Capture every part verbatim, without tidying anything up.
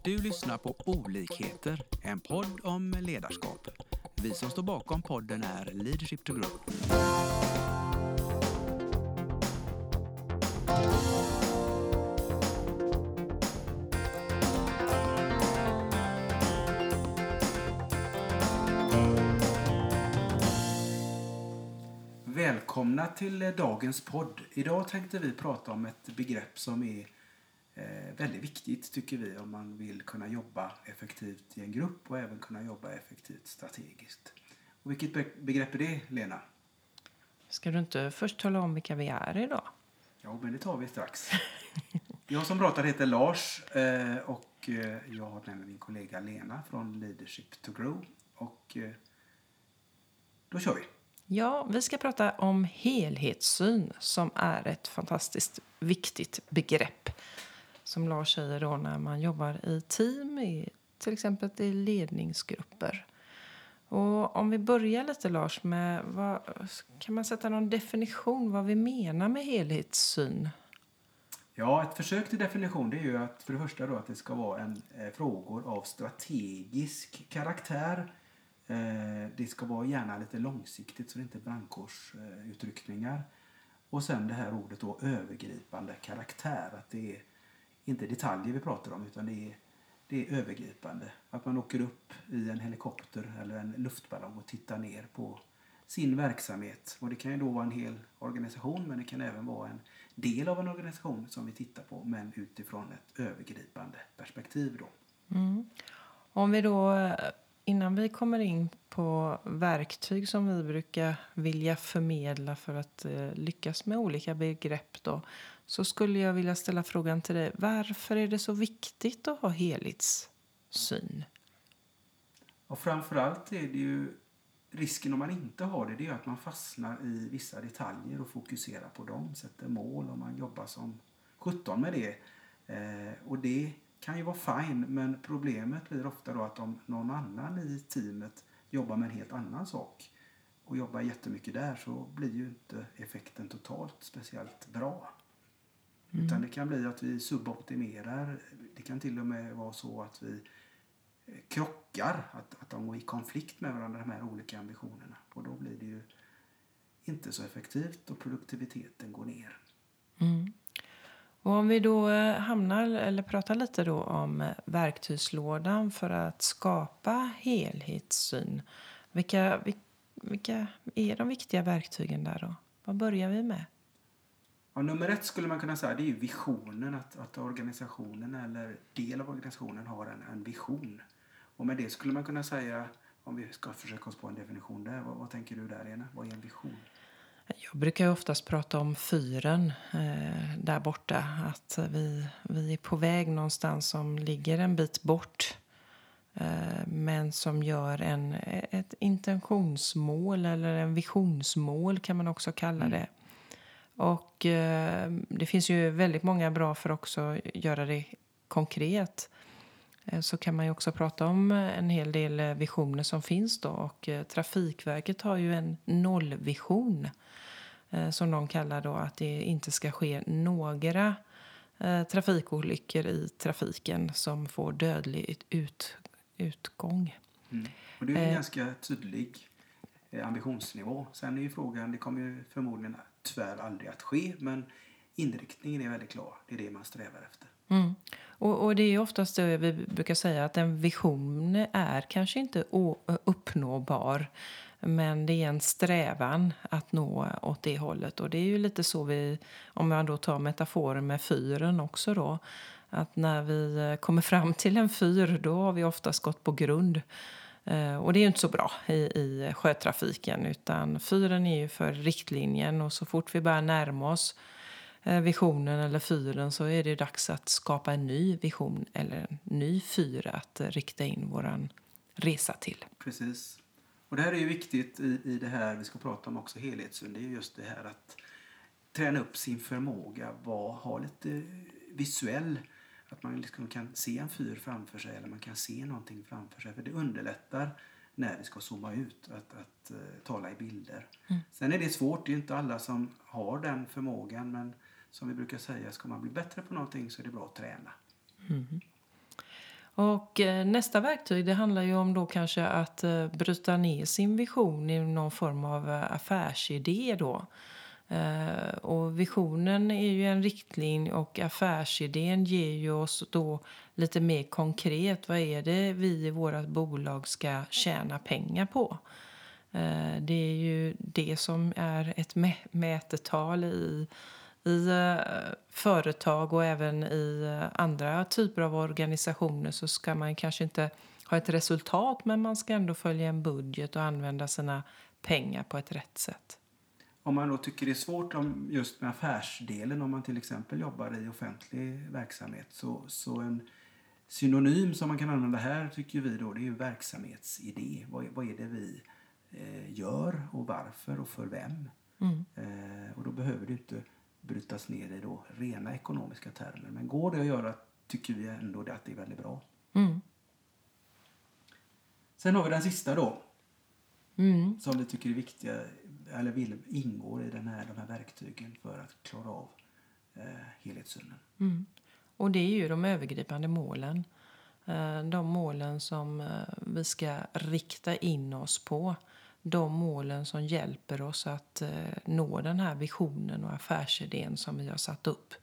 Du lyssnar på Olikheter, en podd om ledarskap. Vi som står bakom podden är Leadership to Grow. Välkomna till dagens podd. Idag tänkte vi prata om ett begrepp som är eh, väldigt viktigt tycker vi om man vill kunna jobba effektivt i en grupp och även kunna jobba effektivt strategiskt. Och vilket be- begrepp är det, Lena? Ska du inte först tala om vilka vi är idag? Ja, men det tar vi strax. Jag som pratar heter Lars eh, och eh, jag har med mig min kollega Lena från Leadership to Grow. Och eh, då kör vi. Ja, vi ska prata om helhetssyn som är ett fantastiskt viktigt begrepp. Som Lars säger då när man jobbar i team, i, till exempel i ledningsgrupper. Och om vi börjar lite Lars med, vad, kan man sätta någon definition vad vi menar med helhetssyn? Ja, ett försök till definition det är ju att för det första då att det ska vara en eh, frågor av strategisk karaktär. Eh, det ska vara gärna lite långsiktigt så det inte är brandkårsutryckningar. Eh, och sen det här ordet då övergripande karaktär. Att det är inte detaljer vi pratar om utan det är, det är övergripande. Att man åker upp i en helikopter eller en luftballong och tittar ner på sin verksamhet. Och det kan ju då vara en hel organisation men det kan även vara en del av en organisation som vi tittar på men utifrån ett övergripande perspektiv då. Mm. Om vi då, innan vi kommer in på verktyg som vi brukar vilja förmedla för att eh, lyckas med olika begrepp då, så skulle jag vilja ställa frågan till dig, varför är det så viktigt att ha helhetssyn? Och framförallt är det ju risken om man inte har det, det är att man fastnar i vissa detaljer och fokuserar på dem, sätter mål och man jobbar som sjutton med det. Eh, och det kan ju vara fine, men problemet blir ofta då att om någon annan i teamet jobbar med en helt annan sak och jobbar jättemycket där så blir ju inte effekten totalt speciellt bra. Mm. Utan det kan bli att vi suboptimerar, det kan till och med vara så att vi krockar, att, att de går i konflikt med varandra, de här olika ambitionerna. Och då blir det ju inte så effektivt och produktiviteten går ner. Mm. Och om vi då hamnar eller pratar lite då om verktygslådan för att skapa helhetssyn. Vilka, vilka är de viktiga verktygen där då? Vad börjar vi med? Ja, nummer ett skulle man kunna säga det är ju visionen. Att, att organisationen eller del av organisationen har en, en vision. Och med det skulle man kunna säga, om vi ska försöka oss på en definition där, vad, vad tänker du där Lena? Vad är en vision? Jag brukar ju oftast prata om fyren eh, där borta. Att vi, vi är på väg någonstans som ligger en bit bort. Eh, men som gör en, ett intentionsmål eller en visionsmål kan man också kalla det. Mm. Och eh, det finns ju väldigt många bra för också att göra det konkret. Eh, så kan man ju också prata om en hel del visioner som finns då. Och eh, Trafikverket har ju en nollvision. Som de kallar då att det inte ska ske några eh, trafikolyckor i trafiken som får dödlig ut, utgång. Mm. Och det är en eh. ganska tydlig eh, ambitionsnivå. Sen är ju frågan, det kommer ju förmodligen tyvärr aldrig att ske, men inriktningen är väldigt klar. Det är det man strävar efter. Mm. Och, och det är oftast det vi brukar säga att en vision är kanske inte uppnåbar. Men det är en strävan att nå åt det hållet. Och det är ju lite så vi, om man då tar metaforen med fyren också då. Att när vi kommer fram till en fyr, då har vi oftast gått på grund. Och det är ju inte så bra i, i sjötrafiken. Utan fyren är ju för riktlinjen och så fort vi börjar närma oss visionen eller fyren så är det dags att skapa en ny vision eller en ny fyr att rikta in våran resa till. Precis. Och det här är ju viktigt i, i det här vi ska prata om också, helhetssyn. Det är just det här att träna upp sin förmåga, var, ha lite visuell, att man liksom kan se en fyr framför sig eller man kan se någonting framför sig. För det underlättar när vi ska zooma ut, att, att uh, tala i bilder. Mm. Sen är det svårt, det är inte alla som har den förmågan, men som vi brukar säga, ska man bli bättre på någonting så är det bra att träna. Mm. Och eh, nästa verktyg, det handlar ju om då kanske att eh, bryta ner sin vision i någon form av eh, affärsidé då. Eh, och visionen är ju en riktlinje och affärsidén ger ju oss då lite mer konkret. Vad är det vi i vårt bolag ska tjäna pengar på? Eh, det är ju det som är ett mä- mätetal i I eh, företag och även i eh, andra typer av organisationer så ska man kanske inte ha ett resultat, men man ska ändå följa en budget och använda sina pengar på ett rätt sätt. Om man då tycker det är svårt om just med affärsdelen, om man till exempel jobbar i offentlig verksamhet, så, så en synonym som man kan använda här tycker vi då, det är ju verksamhetsidé. Vad, vad är det vi eh, gör och varför och för vem? Mm. Eh, och då behöver det inte brytas ner i då rena ekonomiska termer. Men går det att göra tycker vi ändå det att det är väldigt bra. Mm. Sen har vi den sista då. Mm. Som vi tycker är viktiga, eller vill ingår i den här, de här verktygen för att klara av eh, helhetssynen. Mm. Och det är ju de övergripande målen. Eh, De målen som eh, vi ska rikta in oss på. De målen som hjälper oss att eh, nå den här visionen och affärsidén som vi har satt upp.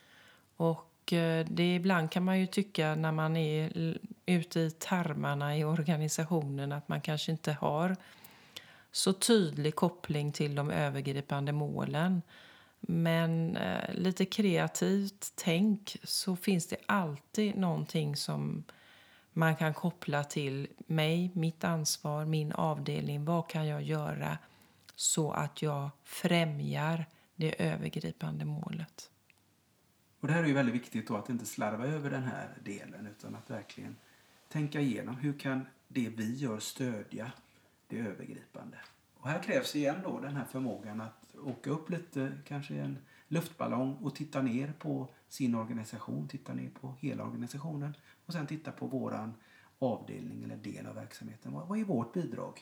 Och eh, det ibland kan man ju tycka när man är l- ute i tarmarna i organisationen att man kanske inte har så tydlig koppling till de övergripande målen. Men eh, lite kreativt tänk så finns det alltid någonting som man kan koppla till mig, mitt ansvar, min avdelning. Vad kan jag göra så att jag främjar det övergripande målet? Och det här är ju väldigt viktigt då, att inte slarva över den här delen, utan att verkligen tänka igenom hur kan det vi gör stödja det övergripande. Och här krävs igen då den här förmågan att åka upp lite, kanske i en luftballong, och titta ner på sin organisation, titta ner på hela organisationen och sen titta på våran avdelning eller del av verksamheten. Vad, vad är vårt bidrag?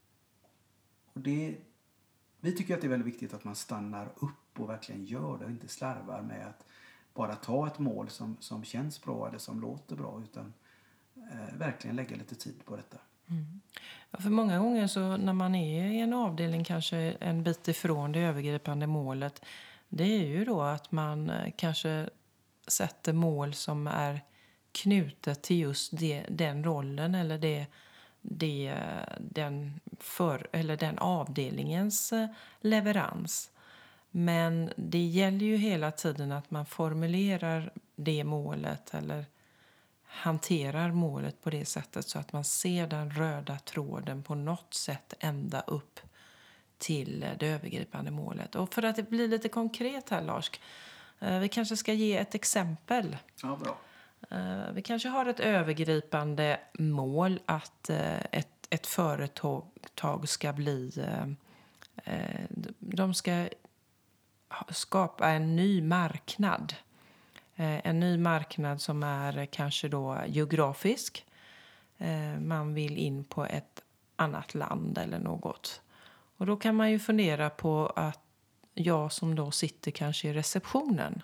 Och det, vi tycker att det är väldigt viktigt att man stannar upp och verkligen gör det och inte slarvar med att bara ta ett mål som, som känns bra eller som låter bra, utan eh, verkligen lägga lite tid på detta. Mm. Ja, för många gånger så när man är i en avdelning kanske en bit ifrån det övergripande målet, det är ju då att man eh, kanske sätter mål som är knutet till just det, den rollen eller det, det, den, för, eller den avdelningens eh, leverans. Men det gäller ju hela tiden att man formulerar det målet eller hanterar målet på det sättet så att man ser den röda tråden på något sätt ända upp till det övergripande målet. Och för att det blir lite konkret här, Lars, eh, vi kanske ska ge ett exempel. Ja, bra. Eh, vi kanske har ett övergripande mål att eh, ett, ett företag ska bli... Eh, eh, de ska ha- skapa en ny marknad. Eh, En ny marknad som är kanske då geografisk. Eh, Man vill in på ett annat land eller något. Och då kan man ju fundera på att jag som då sitter kanske i receptionen.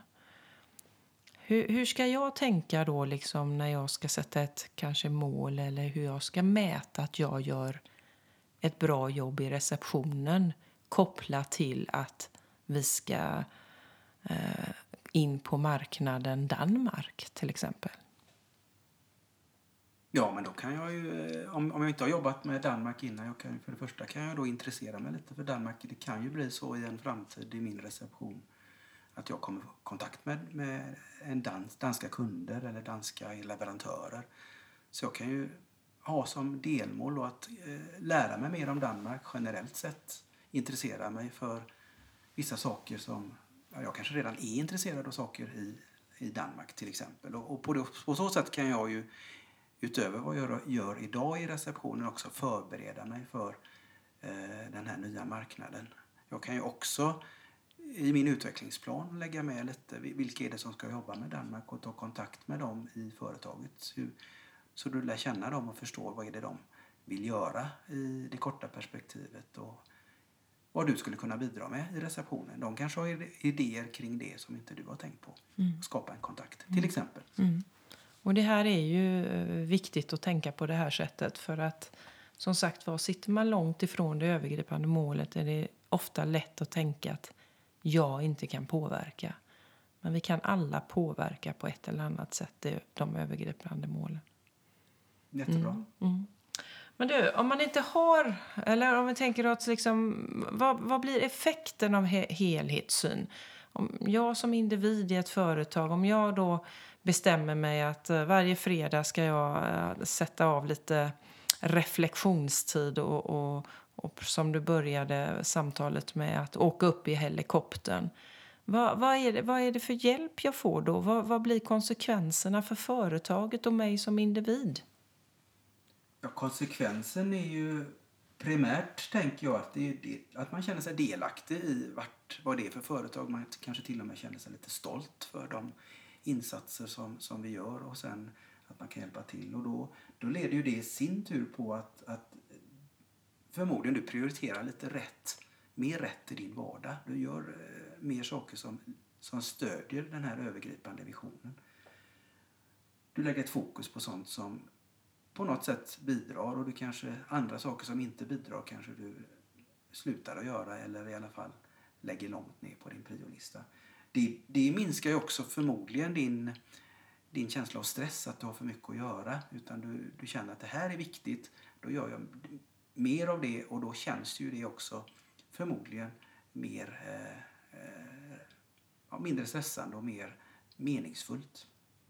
Hur, hur ska jag tänka då liksom när jag ska sätta ett kanske mål eller hur jag ska mäta att jag gör ett bra jobb i receptionen kopplat till att vi ska eh, in på marknaden Danmark till exempel. Ja, men då kan jag ju, eh, om, om jag inte har jobbat med Danmark innan, jag kan, för det första kan jag då intressera mig lite för Danmark. Det kan ju bli så i en framtid i min reception att jag kommer få kontakt med, med en dans, danska kunder eller danska leverantörer. Så jag kan ju ha som delmål då att eh, lära mig mer om Danmark generellt sett. Intressera mig för vissa saker som, ja, jag kanske redan är intresserad av saker i, i Danmark till exempel. Och, och på, det, på så sätt kan jag ju utöver vad jag gör, gör idag i receptionen också förbereda mig för eh, den här nya marknaden. Jag kan ju också i min utvecklingsplan lägga med lite vilka är det som ska jobba med Danmark och ta kontakt med dem i företaget. Hur, så du lär känna dem och förstår vad är det de vill göra i det korta perspektivet och vad du skulle kunna bidra med i receptionen. De kanske har idéer kring det som inte du har tänkt på. Mm. Skapa en kontakt till exempel. Mm. Och det här är ju viktigt att tänka på det här sättet. För att som sagt var, sitter man långt ifrån det övergripande målet är det ofta lätt att tänka att jag inte kan påverka. Men vi kan alla påverka på ett eller annat sätt det, de övergripande målen. Jättebra. Mm, mm. Men du, om man inte har, eller om vi tänker att liksom, vad, vad blir effekten av he- helhetssyn? Om jag som individ i ett företag, om jag då bestämmer mig att uh, varje fredag ska jag uh, sätta av lite reflektionstid och, och, och som du började samtalet med att åka upp i helikoptern. Vad, vad, är det, vad är det för hjälp jag får då? Vad, vad blir konsekvenserna för företaget och mig som individ? Ja, konsekvensen är ju primärt, tänker jag, att, det är det, att man känner sig delaktig i vart, vad det är för företag. Man kanske till och med känner sig lite stolt för de insatser som, som vi gör och sen att man kan hjälpa till. Och då, då leder ju det i sin tur på att, att förmodligen du prioriterar lite rätt, mer rätt i din vardag. Du gör eh, mer saker som, som stödjer den här övergripande visionen. Du lägger ett fokus på sånt som på något sätt bidrar och du kanske andra saker som inte bidrar kanske du slutar att göra eller i alla fall lägger långt ner på din priolista. Det, det minskar ju också förmodligen din, din känsla av stress att du har för mycket att göra, utan du, du känner att det här är viktigt, då gör jag mer av det och då känns ju det också förmodligen mer eh, eh, ja, mindre stressande och mer meningsfullt.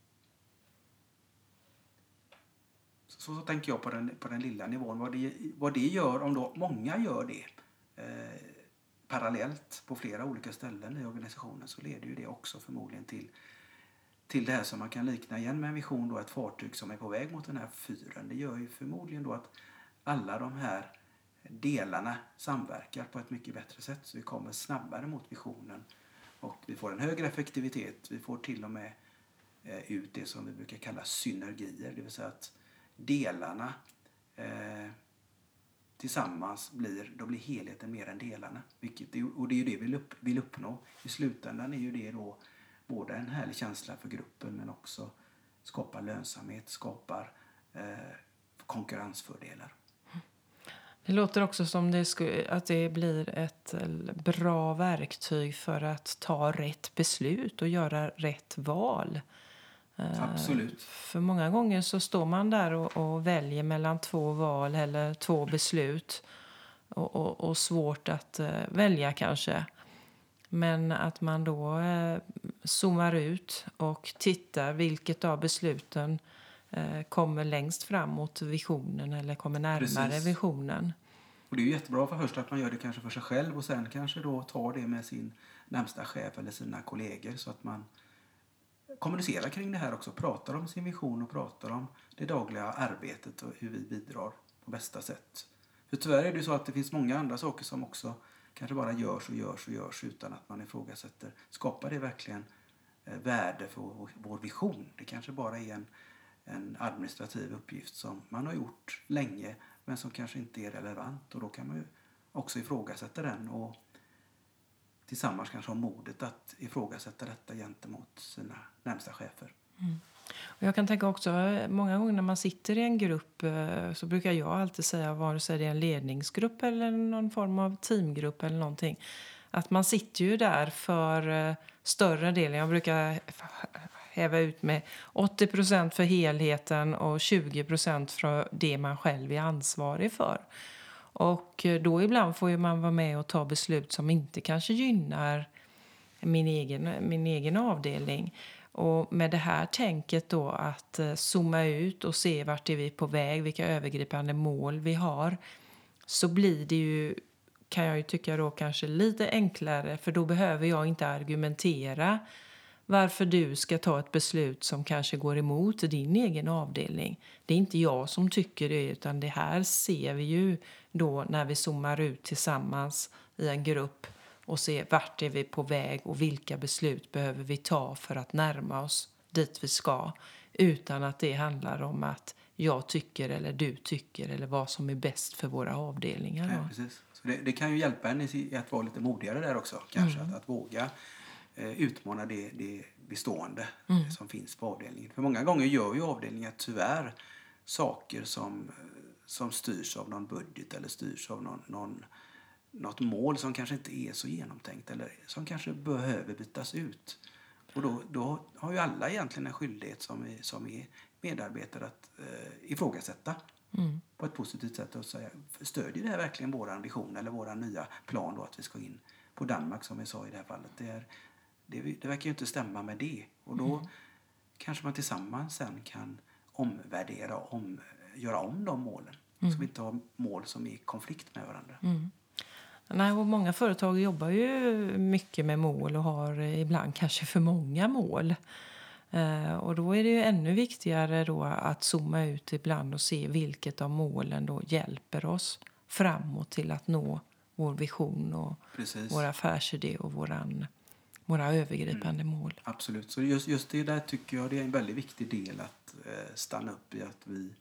Så, så tänker jag på den, på den lilla nivån. Vad det, vad det gör, om då många gör det eh, parallellt på flera olika ställen i organisationen, så leder ju det också förmodligen till, till det här som man kan likna igen med en vision då, ett fartyg som är på väg mot den här fyren. Det gör ju förmodligen då att alla de här delarna samverkar på ett mycket bättre sätt, så vi kommer snabbare mot visionen och vi får en högre effektivitet. Vi får till och med eh, ut det som vi brukar kalla synergier, det vill säga att delarna eh, tillsammans blir, då blir helheten mer än delarna. Vilket, och det är ju det vi vill, upp, vill uppnå. I slutändan är ju det då både en härlig känsla för gruppen men också skapar lönsamhet, skapar eh, konkurrensfördelar. Det låter också som det skulle, att det blir ett bra verktyg för att ta rätt beslut och göra rätt val. Absolut. För många gånger så står man där och, och väljer mellan två val eller två beslut. Och, och, och svårt att uh, välja kanske. Men att man då uh, zoomar ut och tittar vilket av besluten uh, kommer längst fram mot visionen eller kommer närmare Precis. visionen. Och det är ju jättebra för först att man gör det kanske för sig själv och sen kanske då tar det med sin närmsta chef eller sina kollegor så att man kommunicerar kring det här också, pratar om sin vision och pratar om det dagliga arbetet och hur vi bidrar på bästa sätt. För tyvärr är det så att det finns många andra saker som också kanske bara görs och görs och görs utan att man ifrågasätter. Skapar det verkligen eh, värde för vår, vår vision? Det kanske bara är en, en administrativ uppgift som man har gjort länge men som kanske inte är relevant, och då kan man ju också ifrågasätta den och tillsammans kanske ha modet att ifrågasätta detta gentemot sina närmsta chefer. Mm. Och jag kan tänka också, många gånger när man sitter i en grupp så brukar jag alltid säga, vare sig det är en ledningsgrupp eller någon form av teamgrupp eller någonting, att man sitter ju där för större delen. Jag brukar häva ut med åttio procent för helheten och tjugo procent för det man själv är ansvarig för. Och då ibland får ju man vara med och ta beslut som inte kanske gynnar min egen, min egen avdelning. Och med det här tänket då att zooma ut och se vart är vi på väg, vilka övergripande mål vi har, så blir det ju, kan jag ju tycka då, kanske lite enklare, för då behöver jag inte argumentera varför du ska ta ett beslut som kanske går emot din egen avdelning. Det är inte jag som tycker det, utan det här ser vi ju då när vi zoomar ut tillsammans i en grupp och ser vart är vi på väg och vilka beslut behöver vi ta för att närma oss dit vi ska, utan att det handlar om att jag tycker eller du tycker eller vad som är bäst för våra avdelningar. Ja, precis. Så det, det kan ju hjälpa en i att vara lite modigare där också, kanske, mm. att, att våga eh, utmana det, det bestående mm. som finns på avdelningen. För många gånger gör ju avdelningar tyvärr saker som, som styrs av någon budget eller styrs av någon, någon, något mål som kanske inte är så genomtänkt eller som kanske behöver bytas ut. Och då, då har ju alla egentligen en skyldighet som är, som är medarbetare att eh, ifrågasätta mm. på ett positivt sätt och säga, stödjer det här verkligen vår ambition eller vår nya plan då att vi ska in på Danmark som vi sa i det här fallet. Det, är, det, det verkar ju inte stämma med det. Och då mm. kanske man tillsammans sen kan omvärdera och om, göra om de målen. Mm. Så vi inte har mål som är i konflikt med varandra. Mm. Nej, och många företag jobbar ju mycket med mål och har ibland kanske för många mål. Eh, och då är det ju ännu viktigare då att zooma ut ibland och se vilket av målen då hjälper oss framåt till att nå vår vision och Precis. Vår affärsidé och våran, våra övergripande mm. mål. Absolut, så just, just det där tycker jag det är en väldigt viktig del att eh, stanna upp i att vi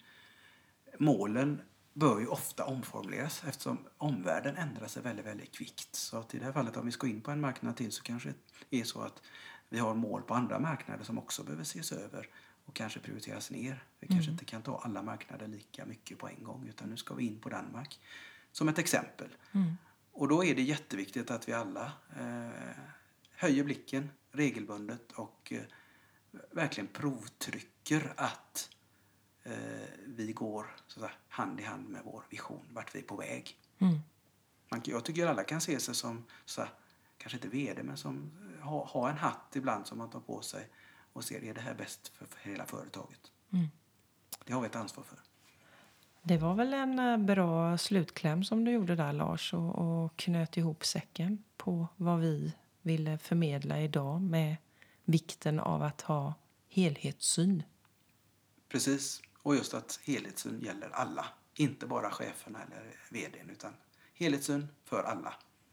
målen bör ju ofta omformuleras eftersom omvärlden ändrar sig väldigt, väldigt kvickt. Så att i det här fallet om vi ska in på en marknad till så kanske det är så att vi har mål på andra marknader som också behöver ses över och kanske prioriteras ner. Vi mm. kanske inte kan ta alla marknader lika mycket på en gång utan nu ska vi in på Danmark som ett exempel. Mm. Och då är det jätteviktigt att vi alla eh, höjer blicken regelbundet och eh, verkligen provtrycker att eh, vi går så att säga, hand i hand med vår vision, vart vi är på väg. Mm. Man, jag tycker alla kan se sig som, så här, kanske inte vd, men som ha, ha en hatt ibland som man tar på sig och ser, är det här bäst för, för hela företaget? Mm. Det har vi ett ansvar för. Det var väl en bra slutkläm som du gjorde där, Lars, och, och knöt ihop säcken på vad vi ville förmedla idag med vikten av att ha helhetssyn. Precis, och just att helhetssyn gäller alla, inte bara cheferna eller vdn, utan helhetssyn för alla.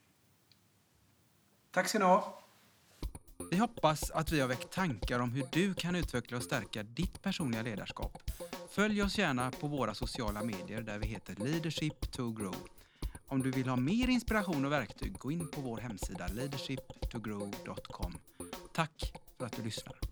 Tack ska ni ha! Vi hoppas att vi har väckt tankar om hur du kan utveckla och stärka ditt personliga ledarskap. Följ oss gärna på våra sociala medier där vi heter Leadership to Grow. Om du vill ha mer inspiration och verktyg, gå in på vår hemsida leadership to grow dot com. Tack för att du lyssnar.